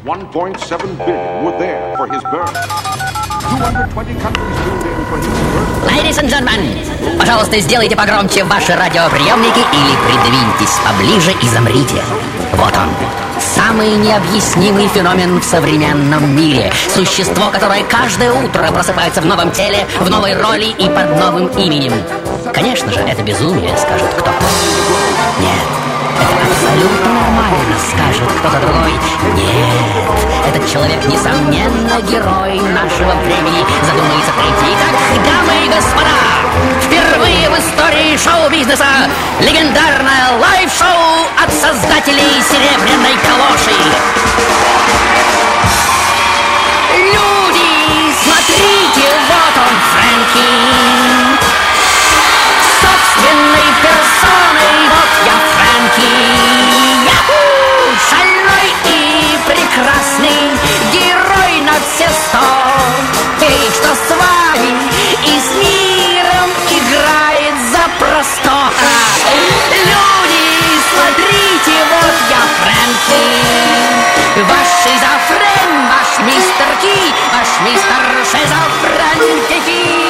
1.7 billion were there for his birth. 220 countries tuned in for his birth. Ladies and gentlemen, пожалуйста, сделайте погромче ваши радиоприемники или придвиньтесь поближе и замрите. Вот он. Самый необъяснимый феномен в современном мире. Существо, которое каждое утро просыпается в новом теле, в новой роли и под новым именем. Конечно же, это безумие, скажет кто-то. Нет, это абсолютно нормально, скажет кто-то другой. Нет, этот человек, несомненно, герой нашего времени, задумается третий. Итак, дамы и господа, впервые в истории шоу-бизнеса легендарное лайв-шоу от создателей «Серебряной калоши». Люди, смотрите, вот он, Фрэнки. Собственной персоной, вот я, Фрэнки. Яху! Шальной и прекрасный герой на все 100. И что с вами и с миром играет за простора. Люди, смотрите, вот я, Фрэнки. Ваш шизофрен, ваш мистер Ки, ваш мистер шизофрен.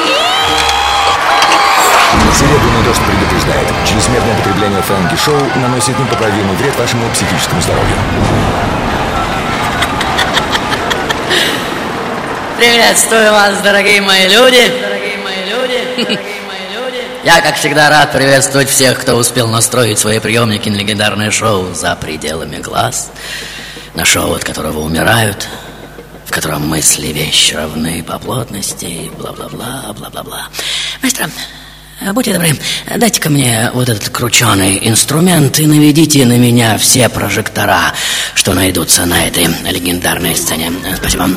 Серебряный дождь предупреждает. Чрезмерное потребление Фрэнки Шоу наносит непоправимый вред вашему психическому здоровью. Приветствую вас, дорогие мои люди. Я, как всегда, рад приветствовать всех, кто успел настроить свои приемники на легендарное шоу «За пределами глаз». На шоу, от которого умирают, в котором мысли вещи равны по плотности, бла-бла-бла, бла-бла-бла. Мастер, будьте добры, дайте-ка мне вот этот крученый инструмент и наведите на меня все прожектора, что найдутся на этой легендарной сцене. Спасибо.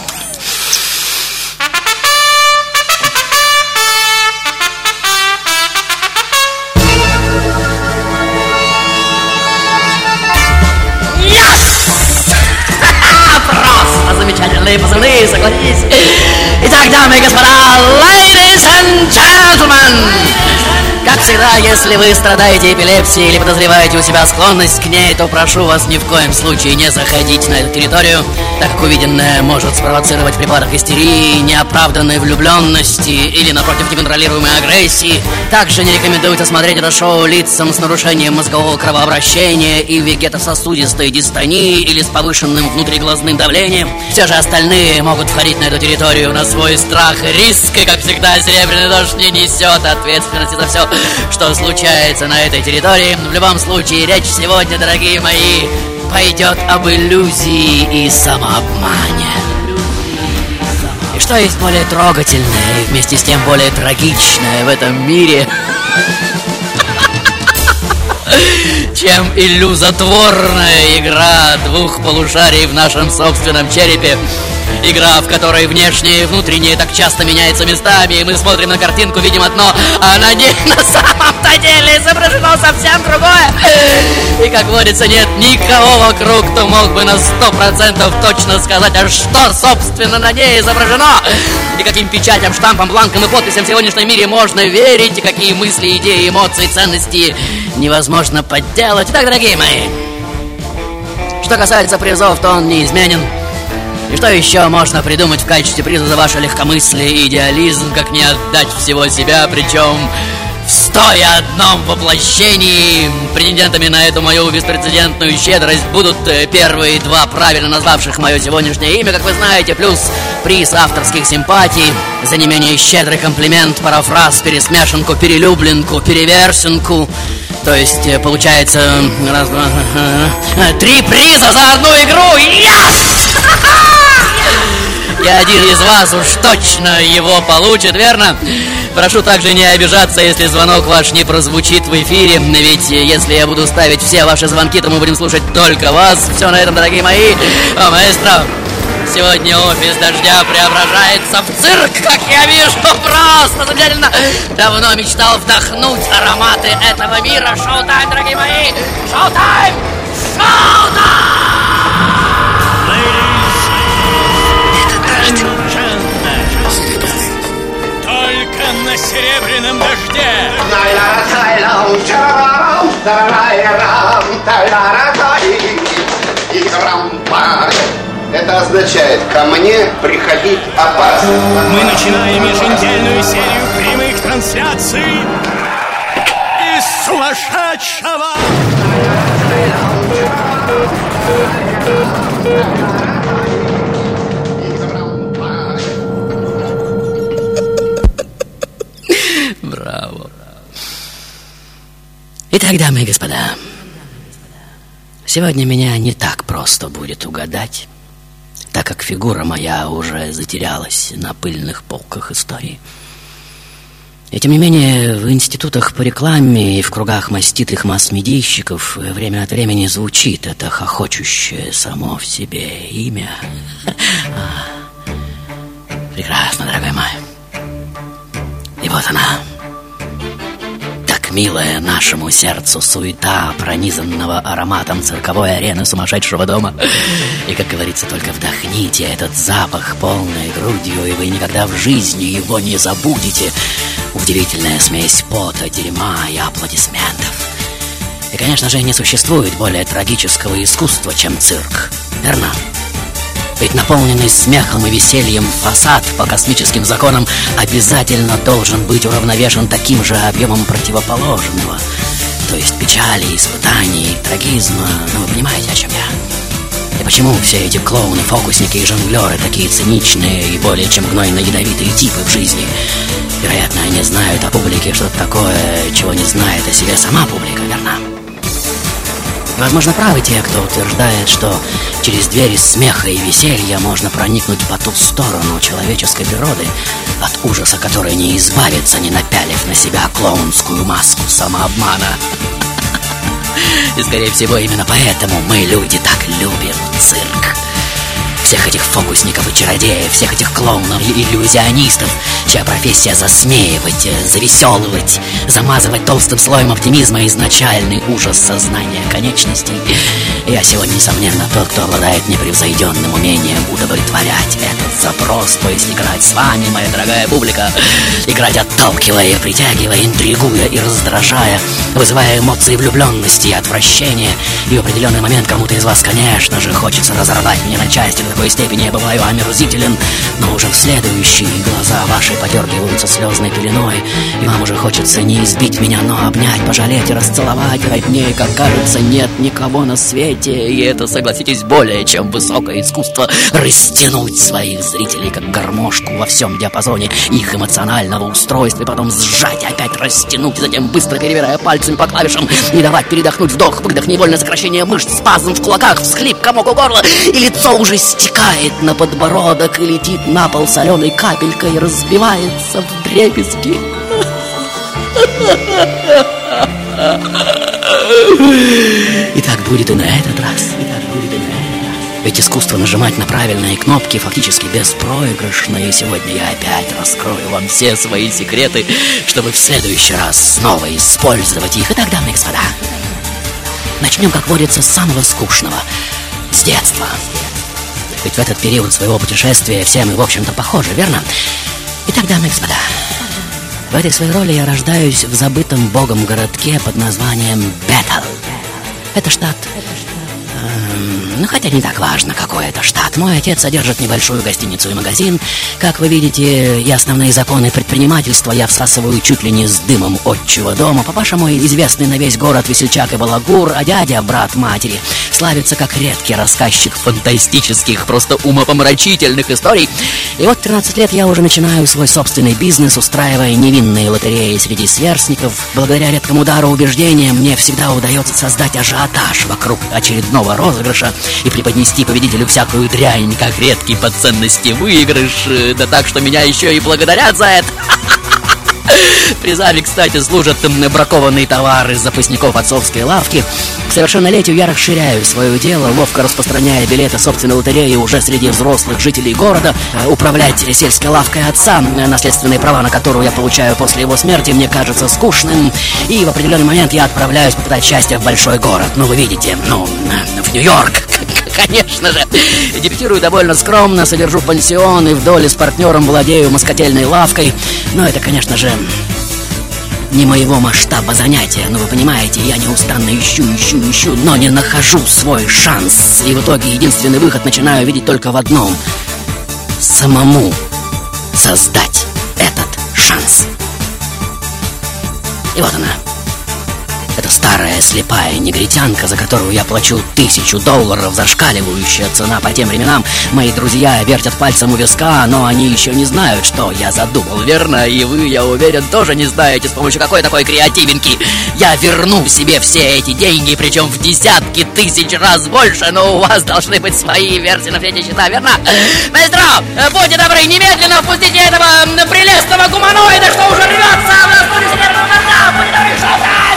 Замечательные позывные, согласитесь. Итак, дамы и господа, ladies and gentlemen, как всегда, если вы страдаете эпилепсией или подозреваете у себя склонность к ней, то прошу вас ни в коем случае не заходить на эту территорию, так как увиденное может спровоцировать припадок истерии, неоправданной влюбленности или, напротив, неконтролируемой агрессии. Также не рекомендуется смотреть это шоу лицам с нарушением мозгового кровообращения и вегетососудистой дистонии или с повышенным внутриглазным давлением. Все же остальные могут входить на эту территорию на свой страх и риск, и, как всегда, Серебряный дождь не несет ответственности за все, что случается на этой территории. В любом случае, речь сегодня, дорогие мои, пойдет об иллюзии и самообмане. И что есть более трогательное и вместе с тем более трагичное в этом мире, чем иллюзотворная игра двух полушарий в нашем собственном черепе. Игра, в которой внешнее и внутреннее так часто меняются местами, и мы смотрим на картинку, видим одно, а на ней на самом-то деле изображено совсем другое. И, как говорится, нет никого вокруг, кто мог бы на 100% точно сказать, а что, собственно, на ней изображено. И каким печатям, штампам, бланкам и подписям в сегодняшнем мире можно верить, и какие мысли, идеи, эмоции, ценности невозможно подделать. Итак, дорогие мои, что касается призов, то он неизменен. И что еще можно придумать в качестве приза за ваше легкомыслие и идеализм, как не отдать всего себя, причем в 101 воплощении. Претендентами на эту мою беспрецедентную щедрость будут первые два правильно назвавших мое сегодняшнее имя, как вы знаете, плюс приз авторских симпатий за не менее щедрый комплимент, парафраз, пересмешенку, перелюбленку, переверсенку. То есть, получается, 3 приза за одну игру! Yes! И один из вас уж точно его получит, верно? Прошу также не обижаться, если звонок ваш не прозвучит в эфире. Ведь если я буду ставить все ваши звонки, то мы будем слушать только вас. Все на этом, дорогие мои. О, маэстро, сегодня офис Дождя преображается в цирк, как я вижу. Просто замечательно. Давно мечтал вдохнуть ароматы этого мира. Шоу-тайм, дорогие мои. Шоу-тайм! Шоу-тайм! Только на Серебряном дожде. Это означает, ко мне приходить опасно. Мы начинаем еженедельную серию прямых трансляций из сумасшедшего. Браво. Итак, дамы и господа, сегодня меня не так просто будет угадать, так как фигура моя уже затерялась на пыльных полках истории. И тем не менее, в институтах по рекламе и в кругах маститых масс-медийщиков время от времени звучит это хохочущее само в себе имя. Прекрасно, дорогой мой. И вот она, так милая нашему сердцу суета, пронизанного ароматом цирковой арены сумасшедшего дома. И, как говорится, только вдохните этот запах полной грудью, и вы никогда в жизни его не забудете. Удивительная смесь пота, дерьма и аплодисментов. И, конечно же, не существует более трагического искусства, чем цирк, верно? Ведь наполненный смехом и весельем фасад по космическим законам обязательно должен быть уравновешен таким же объемом противоположного. То есть печали, испытаний, трагизма. Ну, вы понимаете, о чем я? И почему все эти клоуны, фокусники и жонглеры такие циничные и более чем гнойно-ядовитые типы в жизни? Вероятно, они знают о публике что-то такое, чего не знает о себе сама публика, верно? Возможно, правы те, кто утверждает, что через двери смеха и веселья можно проникнуть по ту сторону человеческой природы, от ужаса которой не избавиться, не напялив на себя клоунскую маску самообмана. И, скорее всего, именно поэтому мы, люди, так любим цирк. Всех этих фокусников и чародеев, всех этих клоунов и иллюзионистов, чья профессия засмеивать, завеселывать, замазывать толстым слоем оптимизма изначальный ужас сознания конечностей. Я сегодня, несомненно, тот, кто обладает непревзойденным умением удовлетворять этот запрос, то есть играть с вами, моя дорогая публика, играть отталкивая, притягивая, интригуя и раздражая, вызывая эмоции влюбленности и отвращения. И в определенный момент кому-то из вас, конечно же, хочется разорвать меня на части. В такой степени я бываю омерзителен, но уже в следующие глаза ваши подергиваются слезной пеленой, и вам уже хочется не избить меня, но обнять, пожалеть и расцеловать. Роднее, как кажется, нет никого на свете, и это, согласитесь, более чем высокое искусство растянуть своих зрителей, как гармошку во всем диапазоне их эмоционального устройства, и потом сжать, опять растянуть, затем быстро перебирая пальцами по клавишам, не давать передохнуть, вдох, выдох, невольное сокращение мышц, спазм в кулаках, всхлип, комок у горла, и лицо уже стекает на подбородок и летит на пол соленой капелькой и разбивается в дребезги. И так будет и на этот раз. Ведь искусство нажимать на правильные кнопки фактически беспроигрышно. И сегодня я опять раскрою вам все свои секреты, чтобы в следующий раз снова использовать их. Итак, дамы и господа, начнем, как водится, с самого скучного. С детства. Ведь в этот период своего путешествия все мы, в общем-то, похожи, верно? Итак, дамы и господа, в этой своей роли я рождаюсь в забытом богом городке под названием Беттл. Это штат... Ну, хотя не так важно, какой это штат. Мой отец содержит небольшую гостиницу и магазин. Как вы видите, и основные законы предпринимательства я всасываю чуть ли не с дымом отчего дома. Папаша мой известный на весь город весельчак и балагур, а дядя, брат матери, славится как редкий рассказчик фантастических, просто умопомрачительных историй. И вот 13 лет я уже начинаю свой собственный бизнес, устраивая невинные лотереи среди сверстников. Благодаря редкому дару убеждения мне всегда удается создать ажиотаж вокруг очередного розыгрыша и преподнести победителю всякую дрянь, как редкий по ценности выигрыш. Да так, что меня еще и благодарят за это. Призами, кстати, служат бракованные товары из запасников отцовской лавки. К совершеннолетию я расширяю свое дело, ловко распространяя билеты собственной лотереи уже среди взрослых жителей города. Управлять сельской лавкой отца, наследственные права на которую я получаю после его смерти, мне кажется скучным. И в определенный момент я отправляюсь попытать счастье в большой город. Ну, вы видите, в Нью-Йорк. Конечно же. Дебютирую довольно скромно, содержу пансион и в доле с партнером владею москотельной лавкой. Но это, конечно же, не моего масштаба занятия. Но вы понимаете, я неустанно ищу, но не нахожу свой шанс. И в итоге единственный выход начинаю видеть только в одном: самому создать этот шанс. И вот она. Это старая слепая негритянка, за которую я плачу $1000, зашкаливающая цена по тем временам. Мои друзья вертят пальцем у виска, но они еще не знают, что я задумал, верно? И вы, я уверен, тоже не знаете, с помощью какой такой креативинки я верну себе все эти деньги, причем в десятки тысяч раз больше. Но у вас должны быть свои версии на все эти счета, верно? Маэстро, будьте добры, немедленно впустите этого прелестного гуманоида, что уже рвется в студию Всемирного Кота. Будьте добры, шоу-тайм!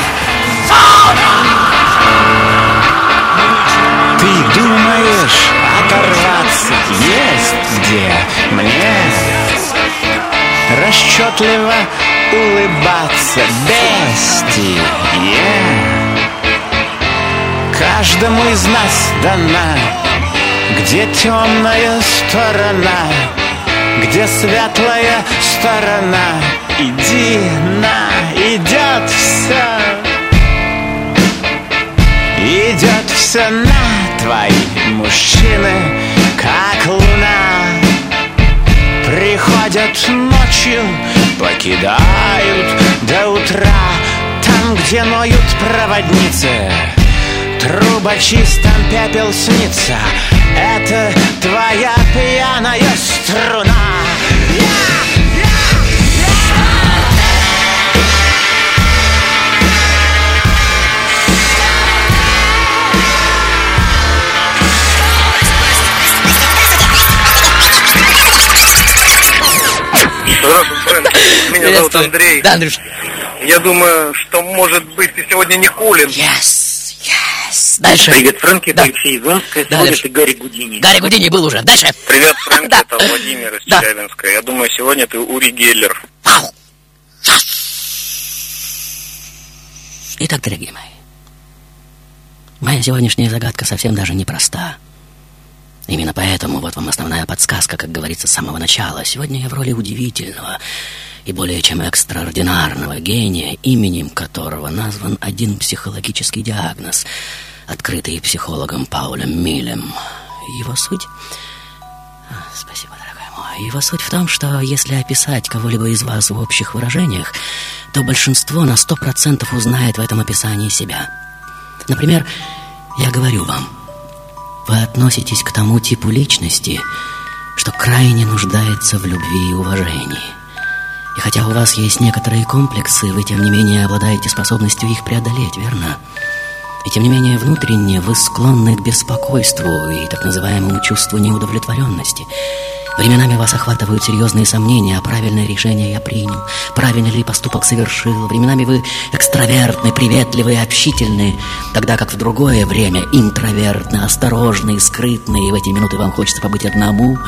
Ты думаешь, оторваться есть где мне? Расчетливо улыбаться бестии, Каждому из нас дана, где темная сторона, где светлая сторона. Иди идет все. Идет все на твои мужчины, как луна. Приходят ночью, покидают до утра. Там, где ноют проводницы, трубочистам пепел снится. Это твоя пьяная струна. Здравствуй, Фрэнк. Меня зовут Андрей. Да, Андрюш. Я думаю, что, может быть, ты сегодня не Кулин. Yes. Дальше. Привет, Фрэнк, это Да. Алексей из Омска. Да, Сегодня дальше. ты Гарри Гудини. Гарри Гудини был уже. Дальше. Привет, Фрэнк, Да. это Владимир из Да. Челябинска. Я думаю, сегодня ты Ури Геллер. Вау. Итак, дорогие мои, моя сегодняшняя загадка совсем даже непроста. Именно поэтому вот вам основная подсказка, как говорится, с самого начала. Сегодня я в роли удивительного и более чем экстраординарного гения, именем которого назван один психологический диагноз, открытый психологом Паулем Милем. Его суть... Спасибо, дорогой мой. Его суть в том, что если описать кого-либо из вас в общих выражениях, то большинство на 100% узнает в этом описании себя. Например, я говорю вам: вы относитесь к тому типу личности, что крайне нуждается в любви и уважении. И хотя у вас есть некоторые комплексы, вы, тем не менее, обладаете способностью их преодолеть, верно? И тем не менее, внутренне вы склонны к беспокойству и так называемому чувству неудовлетворенности. Временами вас охватывают серьезные сомнения, а правильное решение я принял, правильно ли поступок совершил. Временами вы экстравертны, приветливы и общительны, тогда как в другое время интровертны, осторожны и скрытны. И в эти минуты вам хочется побыть одному.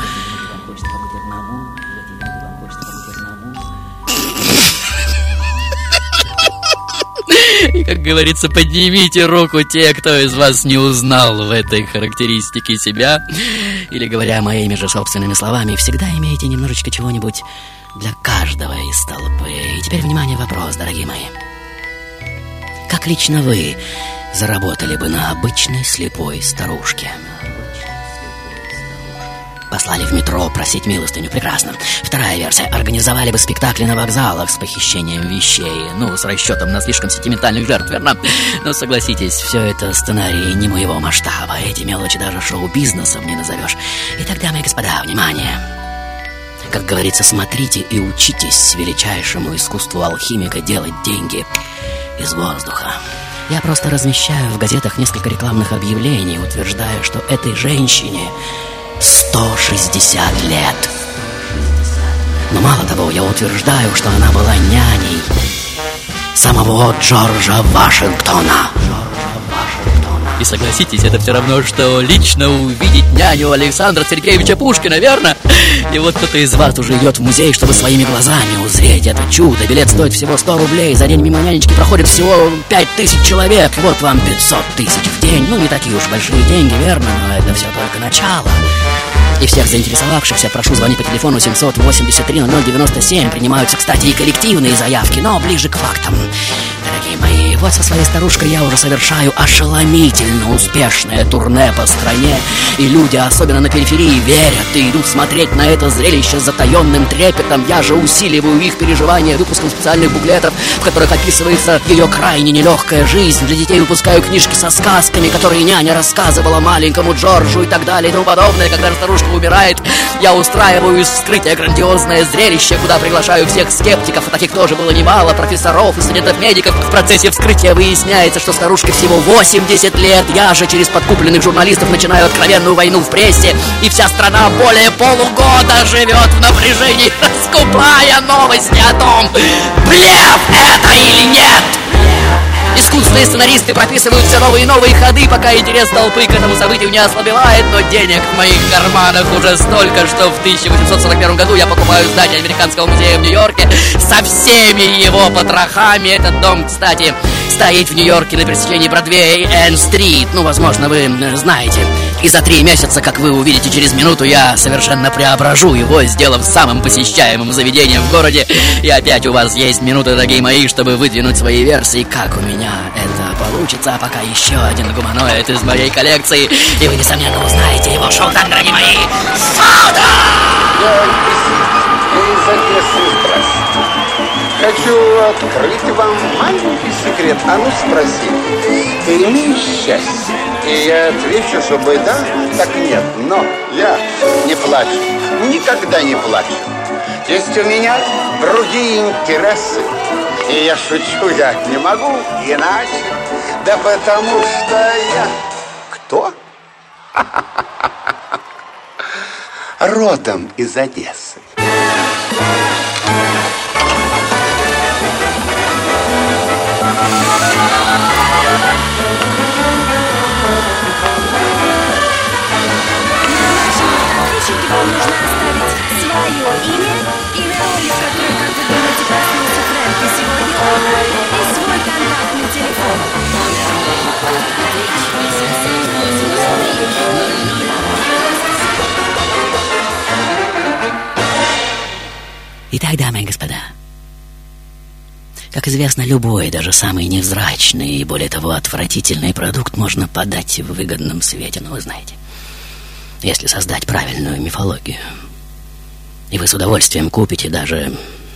И, как говорится, поднимите руку те, кто из вас не узнал в этой характеристике себя. Или, говоря моими же собственными словами, всегда имейте немножечко чего-нибудь для каждого из толпы. И теперь, внимание, вопрос, дорогие мои. Как лично вы заработали бы на обычной слепой старушке? Послали в метро просить милостыню. Прекрасно. Вторая версия. Организовали бы спектакли на вокзалах с похищением вещей. Ну, с расчетом на слишком сентиментальных жертв, верно? Но согласитесь, все это сценарии не моего масштаба. Эти мелочи даже шоу-бизнесом не назовешь. Итак, дамы и господа, внимание. Как говорится, смотрите и учитесь величайшему искусству алхимика делать деньги из воздуха. Я просто размещаю в газетах несколько рекламных объявлений, утверждая, что этой женщине 160 лет. Но мало того, я утверждаю, что она была няней самого Джорджа Вашингтона. И согласитесь, это все равно, что лично увидеть няню Александра Сергеевича Пушкина, верно? И вот кто-то из вас уже идет в музей, чтобы своими глазами узреть это чудо. Билет стоит всего 100 рублей. За день мимо нянечки проходит всего 5000 человек. Вот вам 500 000 в день. Ну, не такие уж большие деньги, верно? Но это все только начало. И всех заинтересовавшихся прошу звонить по телефону 783-0097. Принимаются, кстати, и коллективные заявки, но ближе к фактам. Дорогие мои, вот со своей старушкой я уже совершаю ошеломительно успешное турне по стране. И люди, особенно на периферии, верят и идут смотреть на это зрелище с затаенным трепетом. Я же усиливаю их переживания выпуском специальных буклетов, в которых описывается ее крайне нелегкая жизнь. Для детей выпускаю книжки со сказками, которые няня рассказывала маленькому Джорджу и так далее и тому подобное. Когда старушка умирает, я устраиваю из вскрытия грандиозное зрелище, куда приглашаю всех скептиков, а таких тоже было немало, профессоров и студентов-медиков. В процессе вскрытия выясняется, что старушке всего 80 лет. Я же через подкупленных журналистов начинаю откровенную войну в прессе, и вся страна более полугода живет в напряжении, раскупая новости о том, блеф это или нет. Искусные сценаристы прописывают все новые и новые ходы, пока интерес толпы к этому событию не ослабевает. Но денег в моих карманах уже столько, что в 1841 году я покупаю здание Американского музея в Нью-Йорке со всеми его потрохами. Этот дом, кстати, стоит в Нью-Йорке на пересечении Бродвея и Энн-стрит. Ну, возможно, вы знаете. И за 3 месяца, как вы увидите через минуту, я совершенно преображу его, сделав самым посещаемым заведением в городе. И опять у вас есть минуты, дорогие мои, чтобы выдвинуть свои версии, как у меня это получится. А пока еще один гуманоид из моей коллекции, и вы, несомненно, узнаете его. Шоу-тайм, дорогие мои! Я из Одессы, здравствуйте. Хочу открыть вам маленький секрет. А ну спроси, ты имеешь счастье? И я отвечу, чтобы да, так нет. Но я не плачу, никогда не плачу. Есть у меня другие интересы. И я шучу, я не могу иначе. Да потому что я... Кто? Родом из Одессы. Вам нужно оставить свое имя, имя роли, в которой, как вы думаете, проснулся Фрэнки сегодня утром, и свой контактный телефон. Итак, дамы и господа, как известно, любой, даже самый невзрачный и, более того, отвратительный продукт можно подать в выгодном свете, но вы знаете, если создать правильную мифологию. И вы с удовольствием купите даже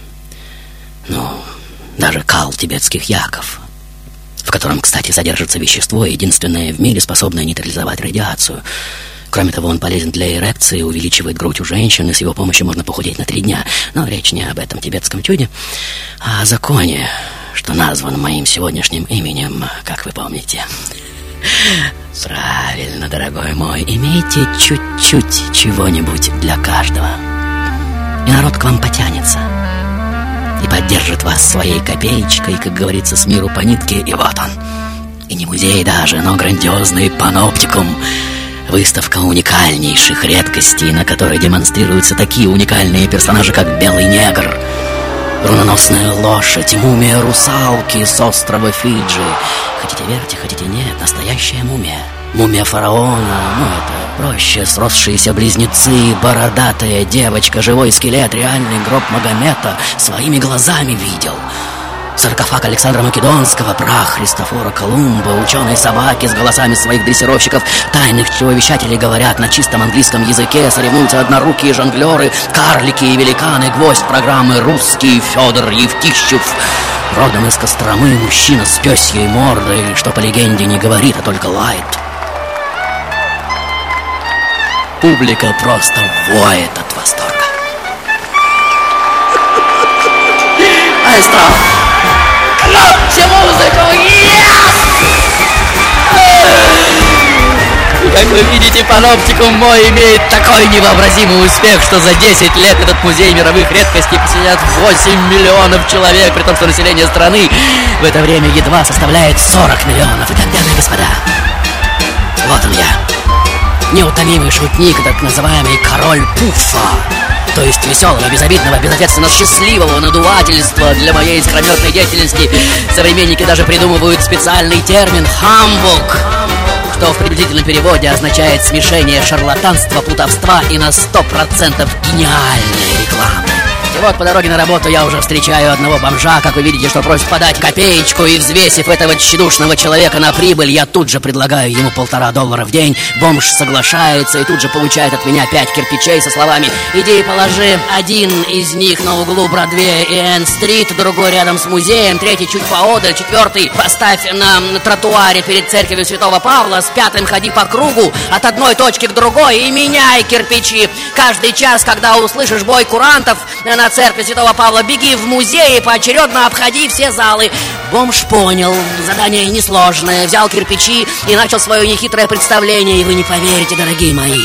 кал тибетских яков, в котором, кстати, содержится вещество, единственное в мире, способное нейтрализовать радиацию. Кроме того, он полезен для эрекции, увеличивает грудь у женщин, и с его помощью можно похудеть на 3 дня. Но речь не об этом тибетском чуде, а о законе, что назван моим сегодняшним именем, как вы помните. Правильно, дорогой мой, имейте чуть-чуть чего-нибудь для каждого, и народ к вам потянется и поддержит вас своей копеечкой, как говорится, с миру по нитке. И вот он. И не музей даже, но грандиозный паноптикум. Выставка уникальнейших редкостей, на которой демонстрируются такие уникальные персонажи, как Белый негр, руноносная лошадь, мумия русалки с острова Фиджи. Хотите верьте, хотите нет, настоящая мумия. Мумия фараона, это проще, сросшиеся близнецы, бородатая девочка, живой скелет, реальный гроб Магомета, своими глазами видел. Саркофаг Александра Македонского, прах Христофора Колумба, ученые собаки с голосами своих дрессировщиков, тайных чревовещателей говорят на чистом английском языке, соревнуются однорукие жонглеры, карлики и великаны, гвоздь программы русский Федор Евтищев. Родом из Костромы, мужчина с пёсьей мордой, что по легенде не говорит, а только лает. Публика просто воет от восторга. Маэстро! Громче музыку! Как вы видите, паноптикум мой имеет такой невообразимый успех, что за 10 лет этот музей мировых редкостей посетят 8 миллионов человек, при том, что население страны в это время едва составляет 40 миллионов. Итак, дамы и господа, вот он я, неутомимый шутник, так называемый король пуфа, то есть веселого, безобидного, безответственно счастливого надувательства для моей искрометной деятельности. Современники даже придумывают специальный термин «хамбук». что в приблизительном переводе означает смешение шарлатанства, плутовства и на 100% гениальной рекламы. И вот по дороге на работу я уже встречаю одного бомжа, как вы видите, что просит подать копеечку, и взвесив этого тщедушного человека на прибыль, я тут же предлагаю ему $1,5 в день. Бомж соглашается и тут же получает от меня 5 кирпичей со словами: иди и положи один из них на углу Бродвея и Энн-стрит, другой рядом с музеем, третий чуть поодаль, четвертый поставь на тротуаре перед церковью Святого Павла, с пятым ходи по кругу от одной точки к другой и меняй кирпичи. Каждый час, когда услышишь бой курантов на церкви Святого Павла, беги в музей и поочередно обходи все залы. Бомж понял, задание несложное, взял кирпичи и начал свое нехитрое представление. И вы не поверите, дорогие мои,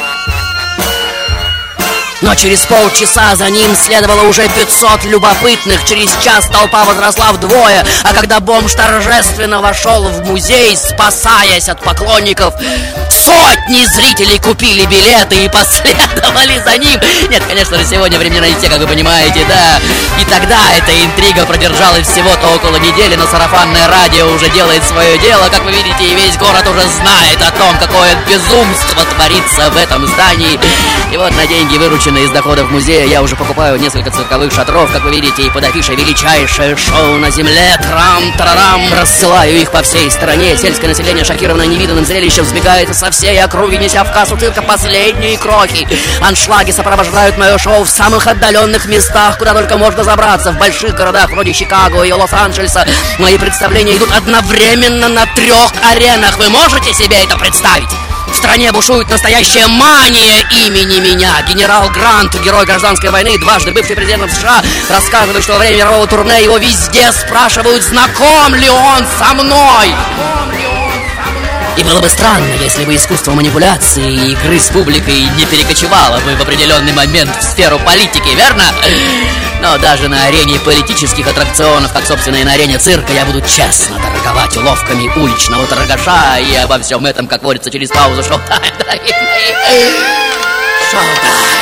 но через полчаса за ним следовало уже 500 любопытных. Через час толпа возросла вдвое. А когда бомж торжественно вошел в музей, спасаясь от поклонников, сотни зрителей купили билеты и последовали за ним. Нет, конечно же, сегодня времена не те, как вы понимаете, да. И тогда эта интрига продержалась всего-то около недели, но сарафанное радио уже делает свое дело, как вы видите, и весь город уже знает о том, какое безумство творится в этом здании. И вот на деньги, вырученные из доходов музея, я уже покупаю несколько цирковых шатров, как вы видите, и под афишей величайшее шоу на земле, трам-тарарам, рассылаю их по всей стране. Сельское население, шокированное невиданным зрелищем, сбегается со всей округи, неся в кассу цирка последние крохи. Аншлаги сопровождают мое шоу в самых отдаленных местах, куда только можно забраться. В больших городах вроде Чикаго и Лос-Анджелеса мои представления идут одновременно на 3 аренах. Вы можете себе это представить? В стране бушует настоящая мания имени меня. Генерал Грант, герой гражданской войны, дважды бывший президентом США, рассказывает, что во время мирового турне его везде спрашивают, знаком ли он со мной. И было бы странно, если бы искусство манипуляции и игры с публикой не перекочевало бы в определенный момент в сферу политики, верно? Но даже на арене политических аттракционов, как, собственно, и на арене цирка, я буду честно торговать уловками уличного торгаша. И обо всем этом, как говорится, через паузу шоу-тайм, дорогие мои. Шоу-тайм.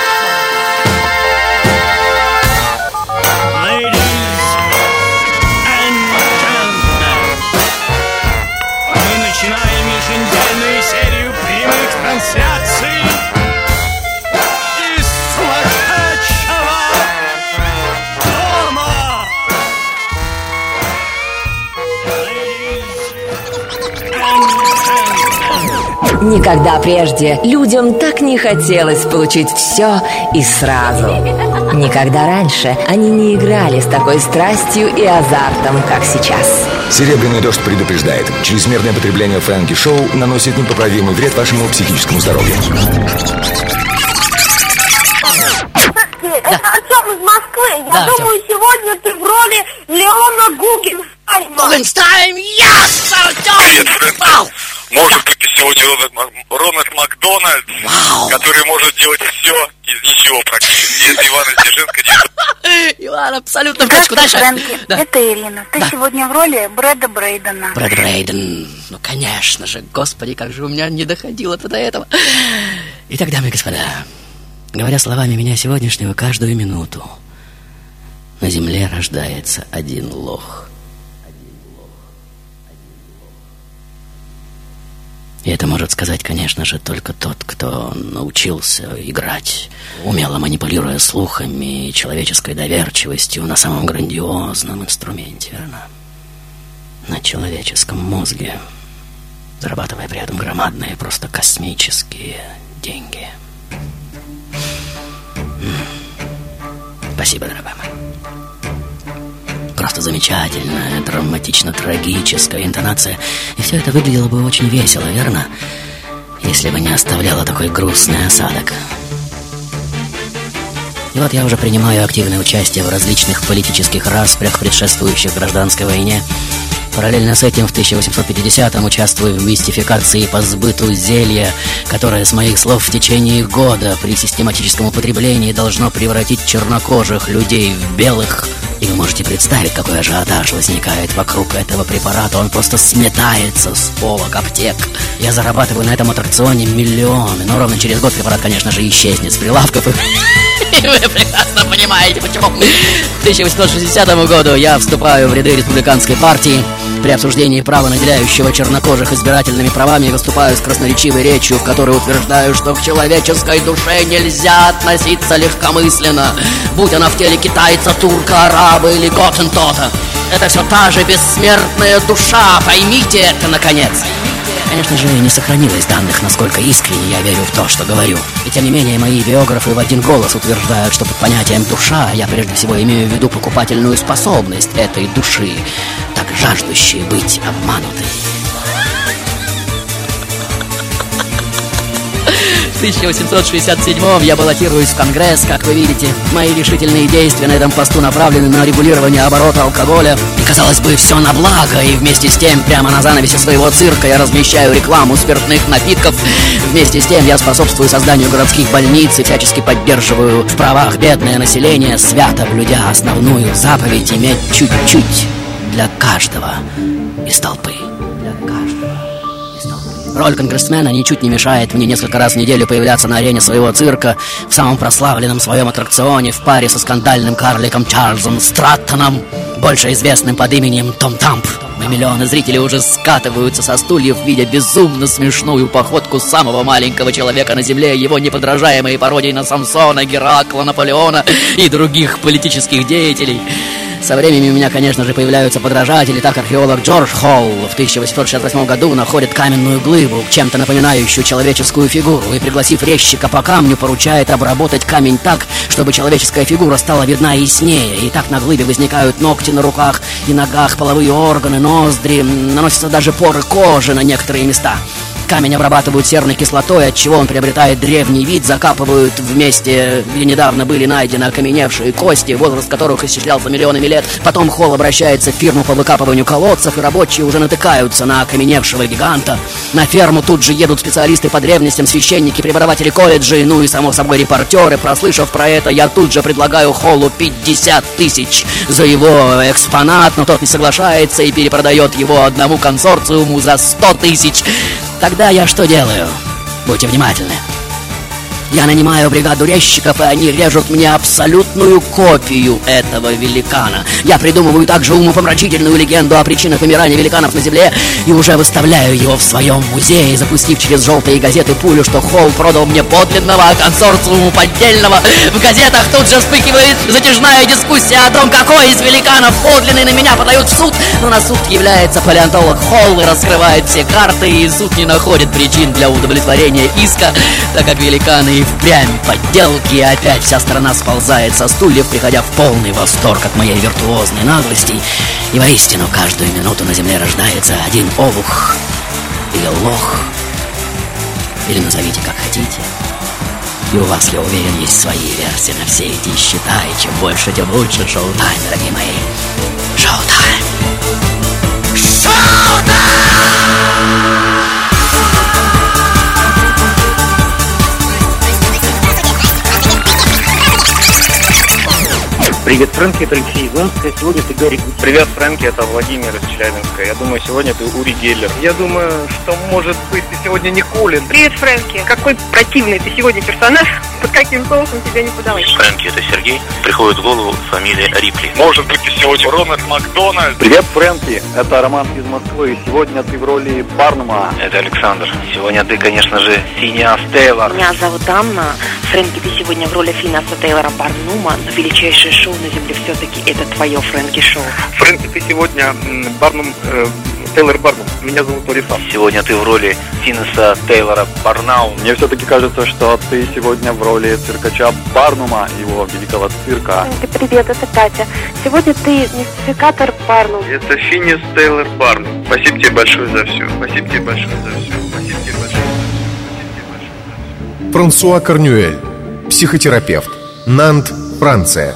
Никогда прежде людям так не хотелось получить все и сразу. Никогда раньше они не играли с такой страстью и азартом, как сейчас. Серебряный дождь предупреждает: чрезмерное потребление Фрэнки Шоу наносит непоправимый вред вашему психическому здоровью. Это Артем из Москвы. Я думаю, сегодня ты в роли Леона Гугенхайма. Гугенхайм, yes, Артем! Вау! Может быть, и сегодня Рональд Макдональд, который может делать все из ничего практически. Это Иван из Дзержинска. Иван, абсолютно в точку. Дальше. Фрэнки, да. Это Ирина. Ты сегодня в роли Брэда Брейдена. Брэд Брейден. Ну, конечно же. Господи, как же у меня не доходило до этого. Итак, дамы и господа, говоря словами меня сегодняшнего, каждую минуту на земле рождается один лох. И это может сказать, конечно же, только тот, кто научился играть, умело манипулируя слухами и человеческой доверчивостью на самом грандиозном инструменте, верно? На человеческом мозге, зарабатывая при этом громадные, просто космические деньги. Спасибо, дорогой мой. Просто замечательная, драматично-трагическая интонация. И все это выглядело бы очень весело, верно? Если бы не оставляло такой грустный осадок. И вот я уже принимаю активное участие в различных политических распрях, предшествующих гражданской войне. Параллельно с этим в 1850-м участвую в мистификации по сбыту зелья, которое, с моих слов, в течение года при систематическом употреблении должно превратить чернокожих людей в белых. И вы можете представить, какой ажиотаж возникает вокруг этого препарата. Он просто сметается с полок аптек. Я зарабатываю на этом аттракционе миллионы. Но ровно через год препарат, конечно же, исчезнет с прилавков. И вы прекрасно понимаете, почему. К 1860 году я вступаю в ряды республиканской партии. При обсуждении права, наделяющего чернокожих избирательными правами, выступаю с красноречивой речью, в которой утверждаю, что к человеческой душе нельзя относиться легкомысленно, будь она в теле китайца, турка, араба или готентота. Это все та же бессмертная душа, поймите это, наконец. Конечно же, не сохранилось данных, насколько искренне я верю в то, что говорю. И тем не менее, мои биографы в один голос утверждают, что под понятием «душа» я прежде всего имею в виду покупательную способность этой души, так жаждущей быть обманутой. В 1867-м я баллотируюсь в Конгресс, как вы видите. Мои решительные действия на этом посту направлены на регулирование оборота алкоголя. И, казалось бы, все на благо. И вместе с тем, прямо на занавесе своего цирка я размещаю рекламу спиртных напитков. Вместе с тем я способствую созданию городских больниц и всячески поддерживаю в правах бедное население, свято блюдя основную заповедь иметь чуть-чуть для каждого из толпы. Роль конгрессмена ничуть не мешает мне несколько раз в неделю появляться на арене своего цирка в самом прославленном своем аттракционе в паре со скандальным карликом Чарльзом Страттоном, больше известным под именем Том Тамп. И миллионы зрителей уже скатываются со стульев, видя безумно смешную походку самого маленького человека на земле, его неподражаемые пародии на Самсона, Геракла, Наполеона и других политических деятелей. Со временем у меня, конечно же, появляются подражатели. Так археолог Джордж Холл в 1868 году находит каменную глыбу, чем-то напоминающую человеческую фигуру, и, пригласив резчика по камню, поручает обработать камень так, чтобы человеческая фигура стала видна яснее. И так на глыбе возникают ногти на руках и ногах, половые органы, ноздри, наносятся даже поры кожи на некоторые места. Камень обрабатывают серной кислотой, отчего он приобретает древний вид, закапывают в месте, где недавно были найдены окаменевшие кости, возраст которых исчислялся миллионами лет. Потом Холл обращается в фирму по выкапыванию колодцев, и рабочие уже натыкаются на окаменевшего гиганта. На ферму тут же едут специалисты по древностям, священники, преподаватели колледжей, ну и, само собой, репортеры. Прослышав про это, я тут же предлагаю Холлу 50 тысяч за его экспонат, но тот не соглашается и перепродает его одному консорциуму за 100 тысяч. Тогда я что делаю? Будьте внимательны. Я нанимаю бригаду резчиков, и они режут мне абсолютную копию этого великана. Я придумываю также умопомрачительную легенду о причинах вымирания великанов на Земле и уже выставляю его в своем музее, запустив через желтые газеты пулю, что Холл продал мне подлинного, а консорциуму поддельного. В газетах тут же вспыхивает затяжная дискуссия о том, какой из великанов подлинный. На меня подают в суд, но на суд является палеонтолог Холл и раскрывает все карты, и суд не находит причин для удовлетворения иска, так как великаны и впрямь подделки, и опять вся страна сползает со стульев, приходя в полный восторг от моей виртуозной наглости. И воистину каждую минуту на земле рождается один олух или лох, или назовите как хотите. И у вас, я уверен, есть свои версии на все эти счета, и чем больше, тем лучше. Шоу-тайм, дорогие мои. Шоу-тайм. Шоу-тайм! Привет, Фрэнки, это Алексей Иванская. Сегодня ты Гарик. Привет, Фрэнки, это Владимир из Челябинска. Я думаю, сегодня ты Ури Геллер. Я думаю, что, может быть, ты сегодня не Колин. Привет, Фрэнки. Какой противный ты сегодня персонаж. Под каким соусом тебя не подалось? Фрэнки, это Сергей. Приходит в голову фамилия Рипли. Может быть, ты сегодня Рональд Макдональд. Привет, Фрэнки, это Роман из Москвы. Сегодня ты в роли Барнума. Это Александр. Сегодня ты, конечно же, Финиас Тейлор. Меня зовут Анна. Фрэнки, ты сегодня в роли Финиаса Тейлора Барнума. Но величайшее шоу на земле все-таки это твое Фрэнки шоу. Фрэнки, ты сегодня Барнум, Тейлор Барнум. Меня зовут Борислав. Сегодня ты в роли Финиаса Тейлора Барнау. Мне все-таки кажется, что ты сегодня в роли циркача Барнума, его великого цирка. Привет, это Катя. Сегодня ты мистификатор Барнум. Это Финиас Тейлор Барнум. Спасибо тебе большое за все. Спасибо тебе большое за все. Спасибо тебе большое. Франсуа Корнюэль, психотерапевт, Нант, Франция.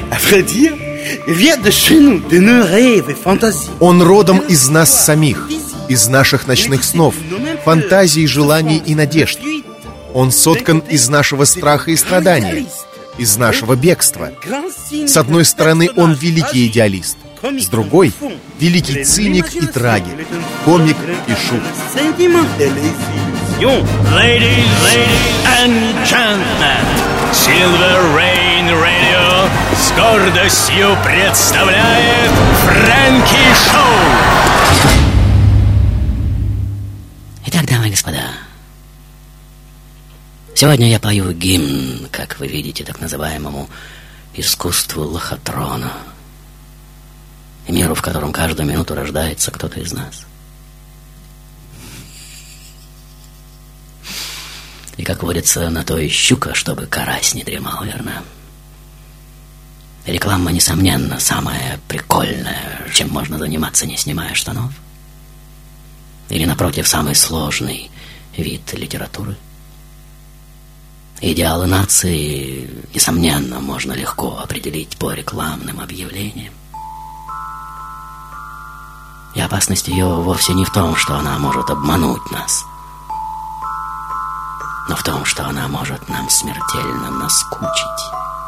Он родом из нас самих, из наших ночных снов, фантазий, желаний и надежд. Он соткан из нашего страха и страдания, из нашего бегства. С одной стороны, он великий идеалист, с другой — великий циник и трагик, комик и шут. Ladies and gentlemen, Silver Rain Radio с гордостью представляет Фрэнки Шоу! Итак, дамы и господа, сегодня я пою гимн, как вы видите, так называемому искусству лохотрона, и миру, в котором каждую минуту рождается кто-то из нас. И, как водится, на то и щука, чтобы карась не дремал, верно? Реклама, несомненно, самая прикольная, чем можно заниматься, не снимая штанов. Или, напротив, самый сложный вид литературы. Идеалы нации, несомненно, можно легко определить по рекламным объявлениям. И опасность ее вовсе не в том, что она может обмануть нас, но в том, что она может нам смертельно наскучить.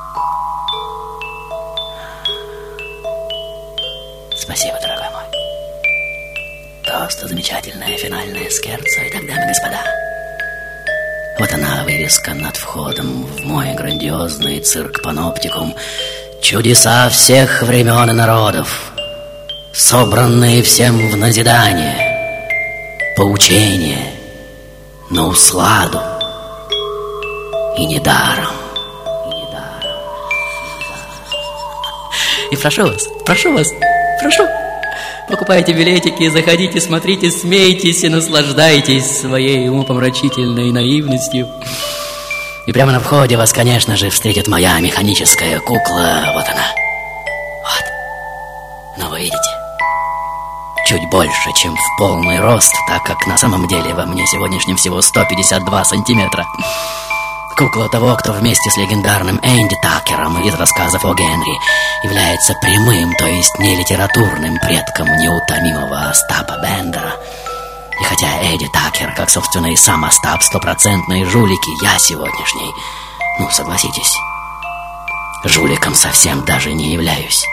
Спасибо, дорогой мой. Просто замечательное финальное скерцо. Итак, дамы и господа, вот она, вывеска над входом в мой грандиозный цирк-паноптикум. Чудеса всех времен и народов, собранные всем в назидание, поучение, на усладу и недаром. И прошу вас, покупайте билетики, заходите, смотрите, смейтесь и наслаждайтесь своей умопомрачительной наивностью. И прямо на входе вас, конечно же, встретит моя механическая кукла. Вот она. Вот. Но вы видите, чуть больше, чем в полный рост, так как на самом деле во мне сегодняшнем всего 152 сантиметра. Кукла того, кто вместе с легендарным Энди Такером из рассказов о Генри является прямым, то есть не литературным предком неутомимого Остапа Бендера. И хотя Эдди Такер, как, собственно, и сам Остап, стопроцентные жулики, я сегодняшний, согласитесь, жуликом совсем даже не являюсь.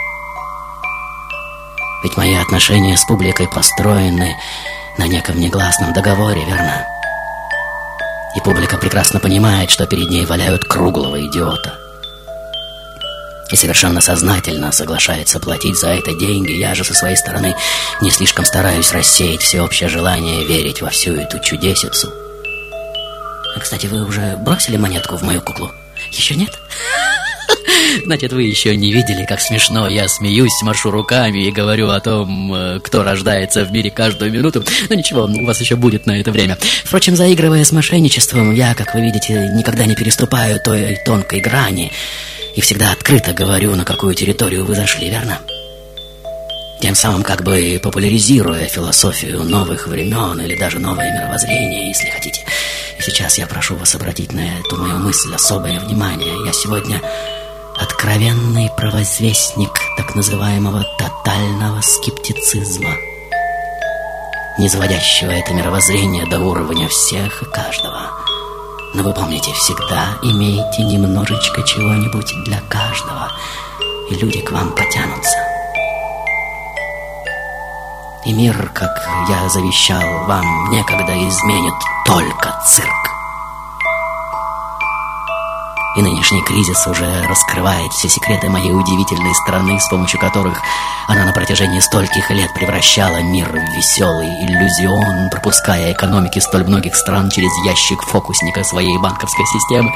Ведь мои отношения с публикой построены на неком негласном договоре, верно? И публика прекрасно понимает, что перед ней валяют круглого идиота. И совершенно сознательно соглашается платить за это деньги. Я же со своей стороны не слишком стараюсь рассеять всеобщее желание верить во всю эту чудесицу. Кстати, вы уже бросили монетку в мою куклу? Еще нет? Значит, вы еще не видели, как смешно я смеюсь, машу руками и говорю о том, кто рождается в мире каждую минуту. Но ничего, у вас еще будет на это время. Впрочем, заигрывая с мошенничеством, я, как вы видите, никогда не переступаю той тонкой грани и всегда открыто говорю, на какую территорию вы зашли, верно? Тем самым как бы популяризируя философию новых времен или даже новое мировоззрение, если хотите. И сейчас я прошу вас обратить на эту мою мысль особое внимание. Я сегодня откровенный провозвестник так называемого тотального скептицизма, низводящего это мировоззрение до уровня всех и каждого. Но вы помните, всегда имейте немножечко чего-нибудь для каждого, и люди к вам потянутся. И мир, как я завещал вам, некогда изменит только цирк. И нынешний кризис уже раскрывает все секреты моей удивительной страны, с помощью которых она на протяжении стольких лет превращала мир в веселый иллюзион, пропуская экономики столь многих стран через ящик фокусника своей банковской системы.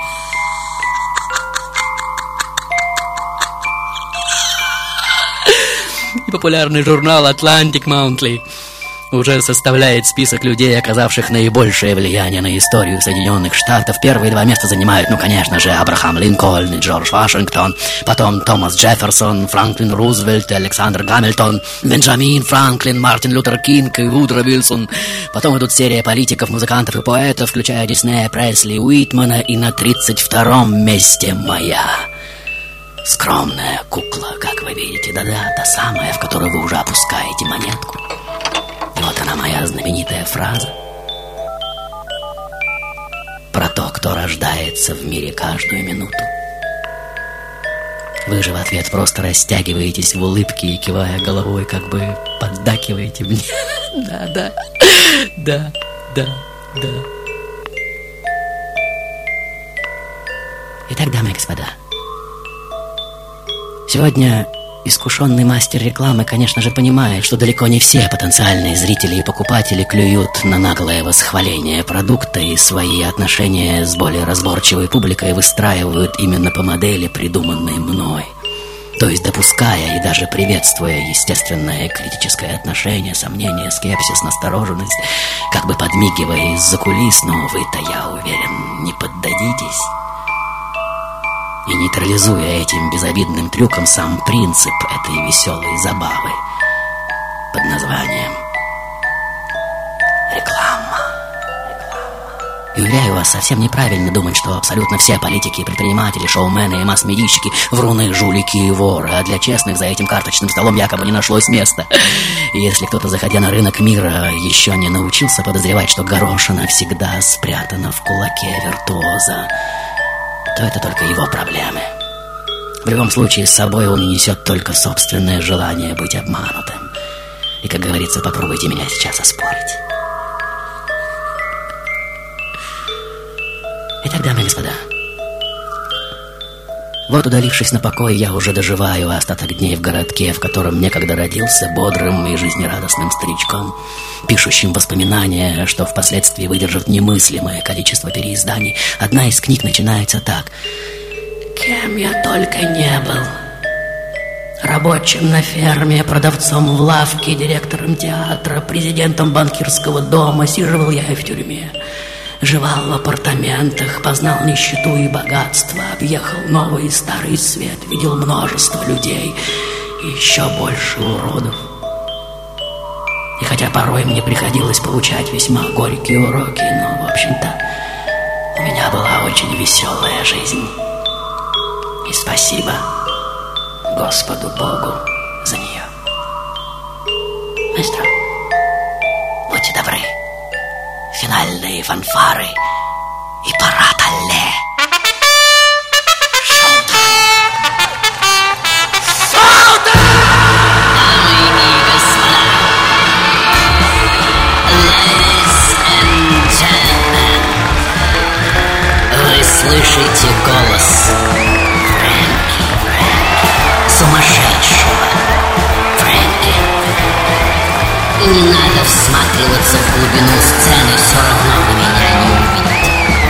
И популярный журнал Atlantic Monthly уже составляет список людей, оказавших наибольшее влияние на историю Соединенных Штатов. Первые 2 места занимают, конечно же, Абрахам Линкольн и Джордж Вашингтон, потом Томас Джефферсон, Франклин Рузвельт, Александр Гамильтон, Бенджамин Франклин, Мартин Лютер Кинг и Вудро Вильсон. Потом идут серия политиков, музыкантов и поэтов, включая Диснея, Пресли, Уитмана, и на 32-м месте моя скромная кукла, как вы видите, да-да, та самая, в которую вы уже опускаете монетку. И вот она, моя знаменитая фраза про то, кто рождается в мире каждую минуту. Вы же в ответ просто растягиваетесь в улыбке и, кивая головой, как бы поддакиваете мне. Да. Итак, дамы и господа, Сегодня искушенный мастер рекламы, конечно же, понимает, что далеко не все потенциальные зрители и покупатели клюют на наглое восхваление продукта и свои отношения с более разборчивой публикой выстраивают именно по модели, придуманной мной. То есть допуская и даже приветствуя естественное критическое отношение, сомнение, скепсис, настороженность, как бы подмигивая из-за кулис, но вы-то, я уверен, не поддадитесь. И нейтрализуя этим безобидным трюком сам принцип этой веселой забавы под названием реклама. И уверяю вас, совсем неправильно думать, что абсолютно все политики, предприниматели, шоумены и масс-медийщики вруны, жулики и воры, а для честных за этим карточным столом якобы не нашлось места. И если кто-то, заходя на рынок мира, еще не научился подозревать, что горошина всегда спрятана в кулаке виртуоза, то это только его проблемы. В любом случае, с собой он несет только собственное желание быть обманутым. И, как говорится, попробуйте меня сейчас оспорить. Итак, дамы и господа, вот, удалившись на покой, я уже доживаю остаток дней в городке, в котором некогда родился, бодрым и жизнерадостным старичком, пишущим воспоминания, что впоследствии выдержат немыслимое количество переизданий. Одна из книг начинается так: «Кем я только не был. Рабочим на ферме, продавцом в лавке, директором театра, президентом банкирского дома, сиживал я и в тюрьме. Жевал в апартаментах, познал нищету и богатство, объехал новый и старый свет, видел множество людей и еще больше уродов. И хотя порой мне приходилось получать весьма горькие уроки, но, в общем-то, у меня была очень веселая жизнь. И спасибо Господу Богу за нее. Маэстро, будьте добры. Финальные фанфары и парад алле. Вы слышите голос Фрэнки, сумасшедшего Фрэнки. И не надо всматриваться в глубину сцены, все равно вы меня не увидите.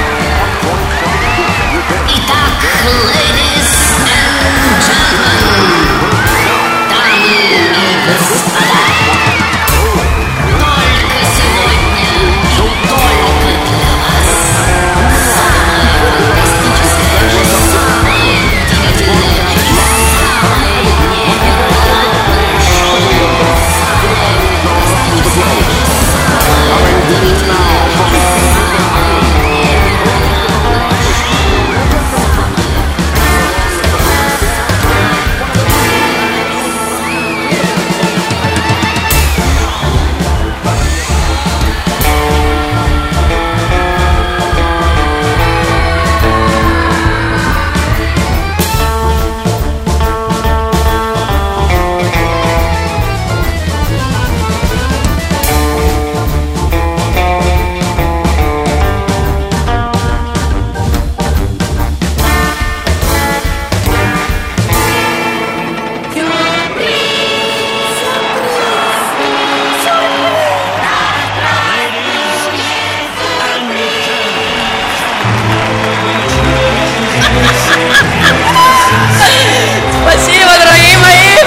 Итак, ladies and gentlemen, дамы и господа, только сегодня и только для вас самое фантастическое, самое удивительное и самое невероятное шоу. Спасибо, дорогие мои!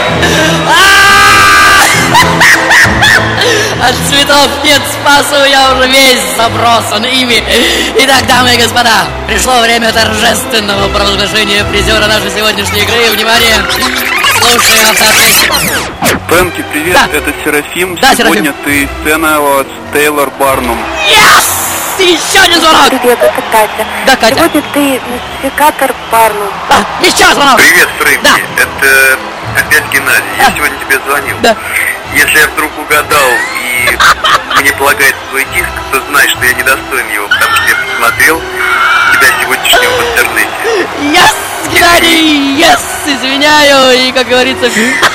От цветов нет спасу, я уже весь забросан ими. Итак, дамы и господа, пришло время торжественного провозглашения призера нашей сегодняшней игры. Внимание! Слушаем автоответчик. Фрэнки, привет, да. Это Серафим. Да, сегодня Серафим. ты сцена с Тейлор Барнум. Yes! Еще один звонок! Привет, это Катя. Да, Катя. Сегодня ты мистификатор Барнум. Да, еще звонок! Привет, Фрэнки. Да. Это опять Геннадий. Я сегодня тебе звонил. Да. Если я вдруг угадал и мне полагается твой диск, то знай, что я недостоин его, потому что я посмотрел тебя сегодняшнего в интернете. Yes, Геннадий, yes, извиняю, и, как говорится, все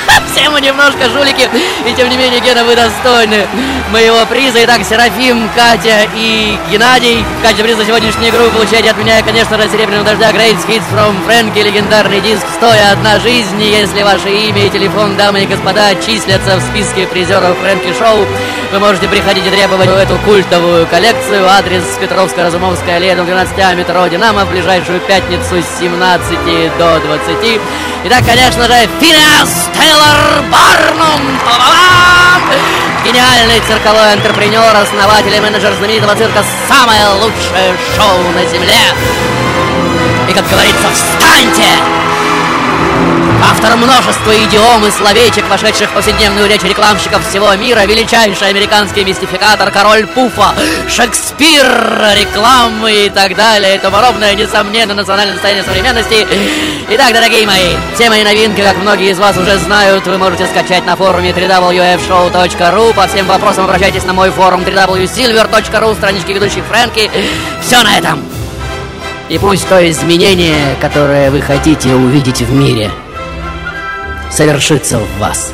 Все мы немножко жулики, и тем не менее, Гена, вы достойны моего приза. Итак, Серафим, Катя и Геннадий. В качестве приза сегодняшней игры вы получаете от меня, конечно же, «Серебряного дождя» Great Hits from Frankie, легендарный диск «101 жизнь». Если ваше имя и телефон, дамы и господа, числятся в списке призеров Фрэнки Шоу, вы можете приходить и требовать эту культовую коллекцию. Адрес: Петровская, Разумовская, аллея, 12А, метро «Динамо», в ближайшую пятницу с 17 до 20. Итак, конечно же, Финеас Тейлор Барнум. Гениальный цирковой интерпренер, основатель и менеджер знаменитого цирка «Самое лучшее шоу на земле». И, как говорится, встаньте! Автор множества идиом и словечек, вошедших в повседневную речь рекламщиков всего мира, величайший американский мистификатор, король пуфа, Шекспир, рекламы и так далее, и тому подобное, несомненно, национальное состояние современности. Итак, дорогие мои, все мои новинки, как многие из вас уже знают, вы можете скачать на форуме www.show.ru. По всем вопросам обращайтесь на мой форум www.silver.ru, странички ведущих Фрэнки. Все на этом. И пусть то изменение, которое вы хотите увидеть в мире, совершится в вас.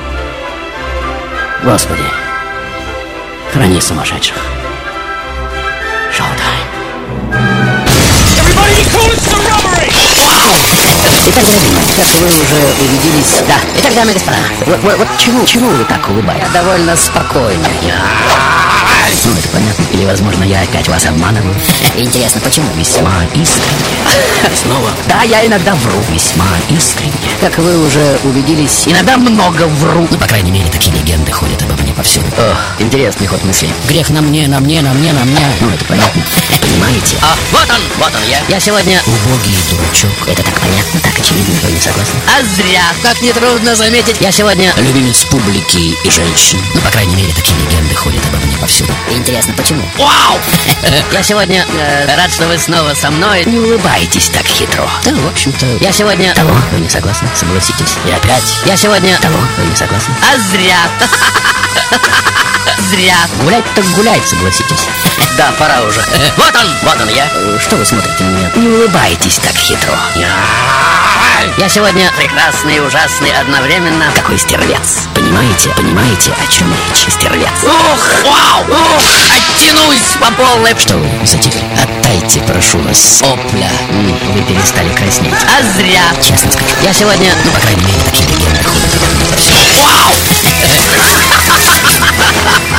Господи, храни сумасшедших. Итак, дорогие мои, как вы уже убедились, да. Итак, дамы и господа, вот чему вы так улыбаетесь? Я довольно спокойно. Ну, это понятно. Или, возможно, я опять вас обманываю. Интересно, почему? Весьма искренне. Снова? Да, я иногда вру. Весьма искренне. Как вы уже убедились, иногда много вру. Ну, по крайней мере, такие легенды ходят обо мне повсюду. Ох, интересный ход мысли. Грех на мне. Ну, это понятно. Понимаете? Вот он я. Я сегодня убогий дурачок. Это так понятно, так очевидно. Вы не согласны? А зря. Как нетрудно заметить. Я сегодня любимец публики и женщин. Ну, по крайней мере, такие легенды ходят обо мне повсюду. Интересно, почему? Вау! Я сегодня рад, что вы снова со мной. Не улыбайтесь так хитро. Да, в общем-то, я сегодня... Того, вы не согласны? Согласитесь. И опять. Я сегодня... Того, вы не согласны? А зря. Зря. Гулять так гулять, согласитесь. Да, пора уже. Вот он я. Что вы смотрите на меня? Не улыбайтесь так хитро. Я сегодня прекрасный и ужасный одновременно. Какой стервец. Понимаете, о чем речь? Стервец. Ух, вау, оттянусь по полной. Что вы затихли? Отдайте, прошу вас, сопля. Вы перестали краснеть. А зря. Честно скажу. Я сегодня, ну, по крайней мере, такие легенды ходят. Вау!